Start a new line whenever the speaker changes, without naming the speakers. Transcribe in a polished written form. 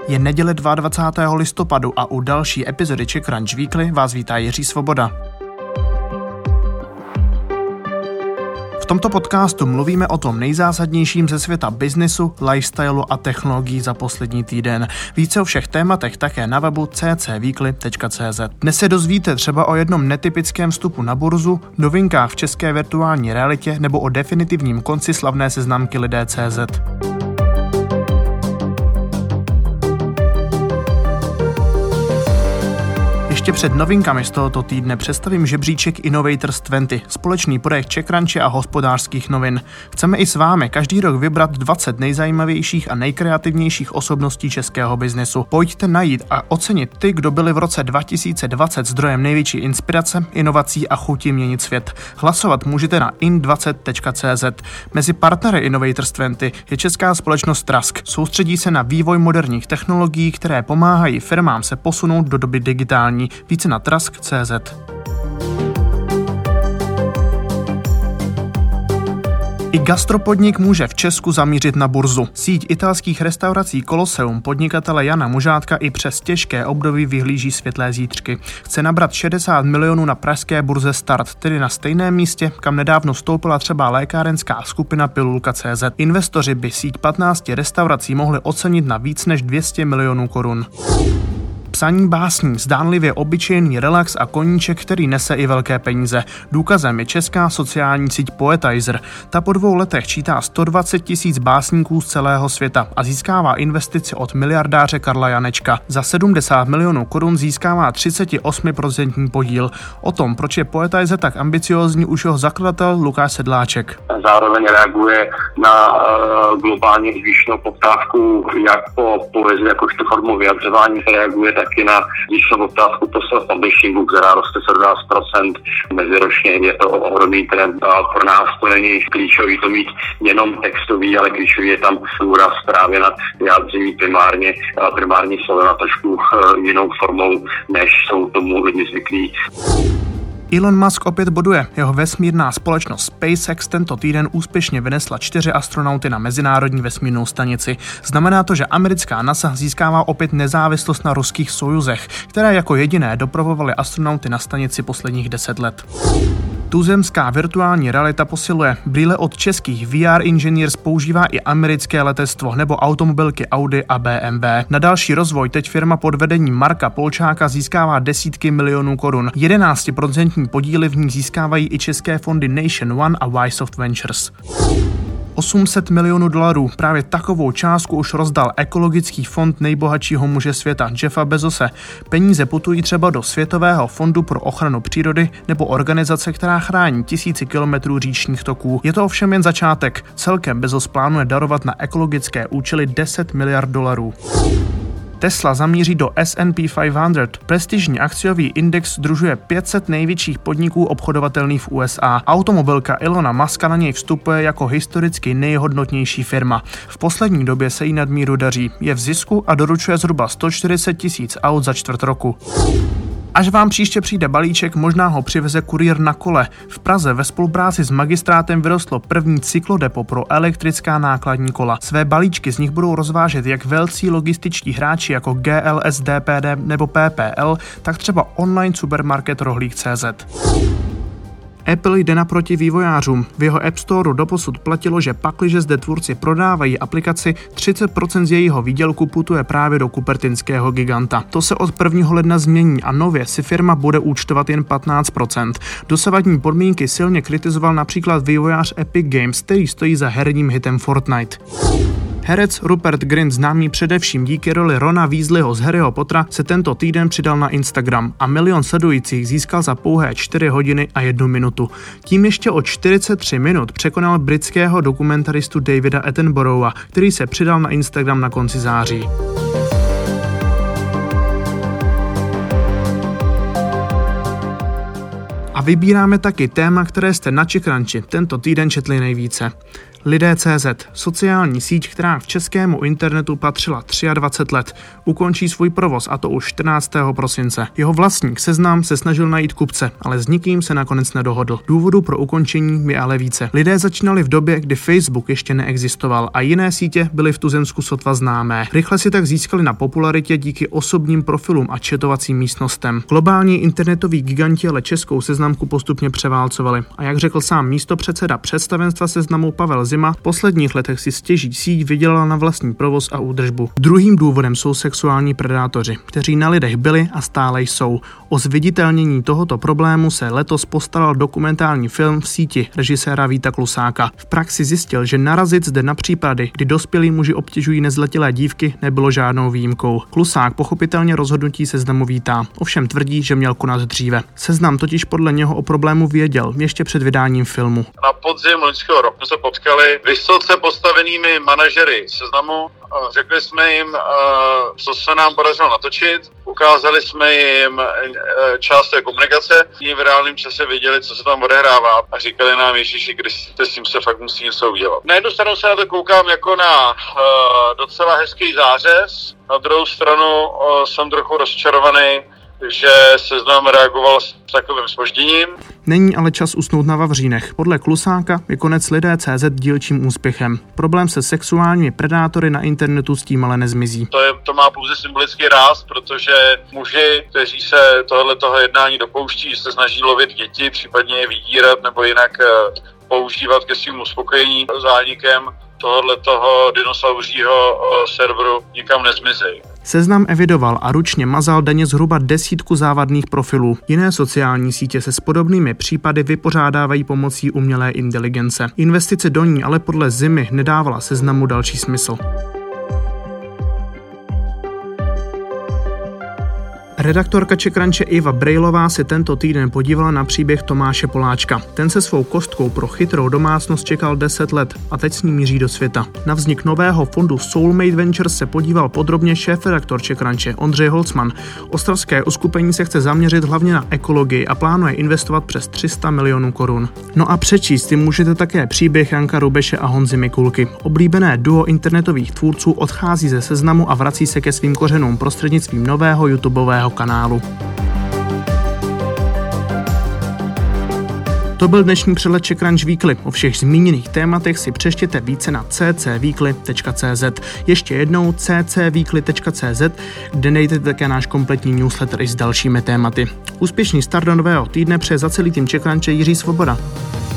Je neděle 22. listopadu a u další epizody Czech Crunch Weekly vás vítá Jiří Svoboda. V tomto podcastu mluvíme o tom nejzásadnějším ze světa biznisu, lifestylu a technologií za poslední týden. Více o všech tématech také na webu ccweekly.cz. Dnes se dozvíte třeba o jednom netypickém vstupu na burzu, novinkách v české virtuální realitě nebo o definitivním konci slavné seznamky Lidé.cz. Ještě před novinkami z tohoto týdne představím žebříček Innovators 20, společný projekt Czech Crunche a Hospodářských novin. Chceme i s vámi každý rok vybrat 20 nejzajímavějších a nejkreativnějších osobností českého biznesu. Pojďte najít a ocenit ty, kdo byli v roce 2020 zdrojem největší inspirace, inovací a chuti měnit svět. Hlasovat můžete na in20.cz. Mezi partnery Innovators 20 je česká společnost Trask. Soustředí se na vývoj moderních technologií, které pomáhají firmám se posunout do doby digitální. Více na trask.cz. I gastropodnik může v Česku zamířit na burzu. Síť italských restaurací Colosseum podnikatele Jana Mužátka i přes těžké období vyhlíží světlé zítřky. Chce nabrat 60 milionů na pražské burze Start, tedy na stejném místě, kam nedávno vstoupila třeba lékárenská skupina Pilulka.cz. Investoři by síť 15 restaurací mohli ocenit na víc než 200 milionů korun. Psaní básní, zdánlivě obyčejný relax a koníček, který nese i velké peníze. Důkazem je česká sociální síť Poetizer. Ta po 2 letech čítá 120 000 básníků z celého světa a získává investici od miliardáře Karla Janečka. Za 70 milionů korun získává 38% podíl. O tom, proč je Poetizer tak ambiciózní, už jeho zakladatel Lukáš Sedláček.
Zároveň reaguje na globálně zvýšenou poptávku jak po poezii, jakožto formou vyjadřování, reaguje taky na zvýšenou poptávku po self-publishingu, která roste 17% meziročně. Je to ohromný trend a pro nás to není klíčový to mít jenom textový, ale klíčový je tam důraz právě na vyjádření primární slovem a trošku jinou formou, než jsou tomu lidi zvyklí.
Elon Musk opět boduje. Jeho vesmírná společnost SpaceX tento týden úspěšně vynesla 4 astronauty na mezinárodní vesmírnou stanici. Znamená to, že americká NASA získává opět nezávislost na ruských Sojuzech, které jako jediné dopravovaly astronauty na stanici posledních 10 let. Tuzemská virtuální realita posiluje. Brýle od českých VR Engineers používá i americké letectvo nebo automobilky Audi a BMW. Na další rozvoj teď firma pod vedením Marka Polčáka získává desítky milionů korun. 11% podíly v ní získávají i české fondy Nation One a Wysoft Ventures. 800 milionů dolarů. Právě takovou částku už rozdal ekologický fond nejbohatšího muže světa Jeffa Bezose. Peníze putují třeba do Světového fondu pro ochranu přírody nebo organizace, která chrání tisíci kilometrů říčních toků. Je to ovšem jen začátek. Celkem Bezos plánuje darovat na ekologické účely 10 miliard dolarů. Tesla zamíří do S&P 500. Prestižní akciový index sdružuje 500 největších podniků obchodovatelných v USA. Automobilka Elona Muska na něj vstupuje jako historicky nejhodnotnější firma. V poslední době se jí nadmíru daří. Je v zisku a doručuje zhruba 140 000 aut za čtvrt roku. Až vám příště přijde balíček, možná ho přiveze kurýr na kole. V Praze ve spolupráci s magistrátem vyrostlo první cyklodepo pro elektrická nákladní kola. Své balíčky z nich budou rozvážet jak velcí logističtí hráči jako GLS, DPD nebo PPL, tak třeba online supermarket Rohlík.cz. Apple jde naproti vývojářům. V jeho App Storeu doposud platilo, že pakliže zde tvůrci prodávají aplikaci, 30% z jejího výdělku putuje právě do kupertinského giganta. To se od 1. ledna změní a nově si firma bude účtovat jen 15%. Dosavadní podmínky silně kritizoval například vývojář Epic Games, který stojí za herním hitem Fortnite. Herec Rupert Grint, známý především díky roli Rona Weasleyho z Harryho Pottera, se tento týden přidal na Instagram a 1 milion sledujících získal za pouhé 4 hodiny a 1 minutu. Tím ještě o 43 minut překonal britského dokumentaristu Davida Attenborougha, který se přidal na Instagram na konci září. A vybíráme taky téma, které jste na Czech Crunchi tento týden četli nejvíce. Lidé.cz, sociální síť, která k českému internetu patřila 23 let, ukončí svůj provoz, a to už 14. prosince. Jeho vlastník Seznam se snažil najít kupce, ale s nikým se nakonec nedohodl. Důvodů pro ukončení je ale více. Lidé začínali v době, kdy Facebook ještě neexistoval a jiné sítě byly v tuzemsku sotva známé. Rychle si tak získali na popularitě díky osobním profilům a chatovacím místnostem. Globální internetoví giganti ale českou Seznamku postupně převálcovali. A jak řekl sám místopředseda představenstva Seznamu Pavel Zima, v posledních letech si stěží síť vydělala na vlastní provoz a údržbu. Druhým důvodem jsou sexuální predátoři, kteří na lidech byli a stále jsou. O zviditelnění tohoto problému se letos postaral dokumentární film v síti režiséra Víta Klusáka. V praxi zjistil, že narazit zde na případy, kdy dospělí muži obtěžují nezletilé dívky, nebylo žádnou výjimkou. Klusák pochopitelně rozhodnutí Seznamu vítá, ovšem tvrdí, že měl konat dříve. Seznam totiž podle něho o problému věděl ještě před vydáním filmu.
Na podzim loňského roku se potkali vysoce postavenými manažery Seznamu. Řekli jsme jim, co se nám podařilo natočit. Ukázali jsme jim část té komunikace. Oni v reálném čase věděli, co se tam odehrává a říkali nám, Ježíši Kriste, s tím se fakt musí něco udělat. Na jednu stranu se na to koukám jako na docela hezký zářez, na druhou stranu jsem trochu rozčarovaný, že Seznam reagoval s takovým zpožděním.
Není ale čas usnout na vavřínech. Podle Klusáka je konec Lidé.cz dílčím úspěchem. Problém se sexuálními predátory na internetu s tím ale nezmizí.
To má pouze symbolický ráz, protože muži, kteří se tohoto jednání dopouští, že se snaží lovit děti, případně je vydírat nebo jinak používat ke svým uspokojení zánikem tohoto dinosauřího serveru, nikam nezmizejí.
Seznam evidoval a ručně mazal denně zhruba 10 závadných profilů. Jiné sociální sítě se s podobnými případy vypořádávají pomocí umělé inteligence. Investice do ní ale podle Zimy nedávala Seznamu další smysl. Redaktorka CzechCrunche Iva Brejlová se tento týden podívala na příběh Tomáše Poláčka. Ten se svou kostkou pro chytrou domácnost čekal 10 let a teď s ní míří do světa. Na vznik nového fondu Soulmate Ventures se podíval podrobně šéfredaktor CzechCrunche Ondřej Holcman. Ostravské uskupení se chce zaměřit hlavně na ekologii a plánuje investovat přes 300 milionů korun. No a přečíst si můžete také příběh Janka Rubeše a Honzy Mikulky. Oblíbené duo internetových tvůrců odchází ze Seznamu a vrací se ke svým kořenům prostřednictvím nového YouTubeového kanálu. To byl dnešní přehled CzechCrunch Weekly. O všech zmíněných tématech si přečtěte více na ccweekly.cz. Ještě jednou ccweekly.cz, kde najdete také náš kompletní newsletter i s dalšími tématy. Úspěšný start do nového týdne přeje za celý tým CzechCrunche Jiří Svoboda.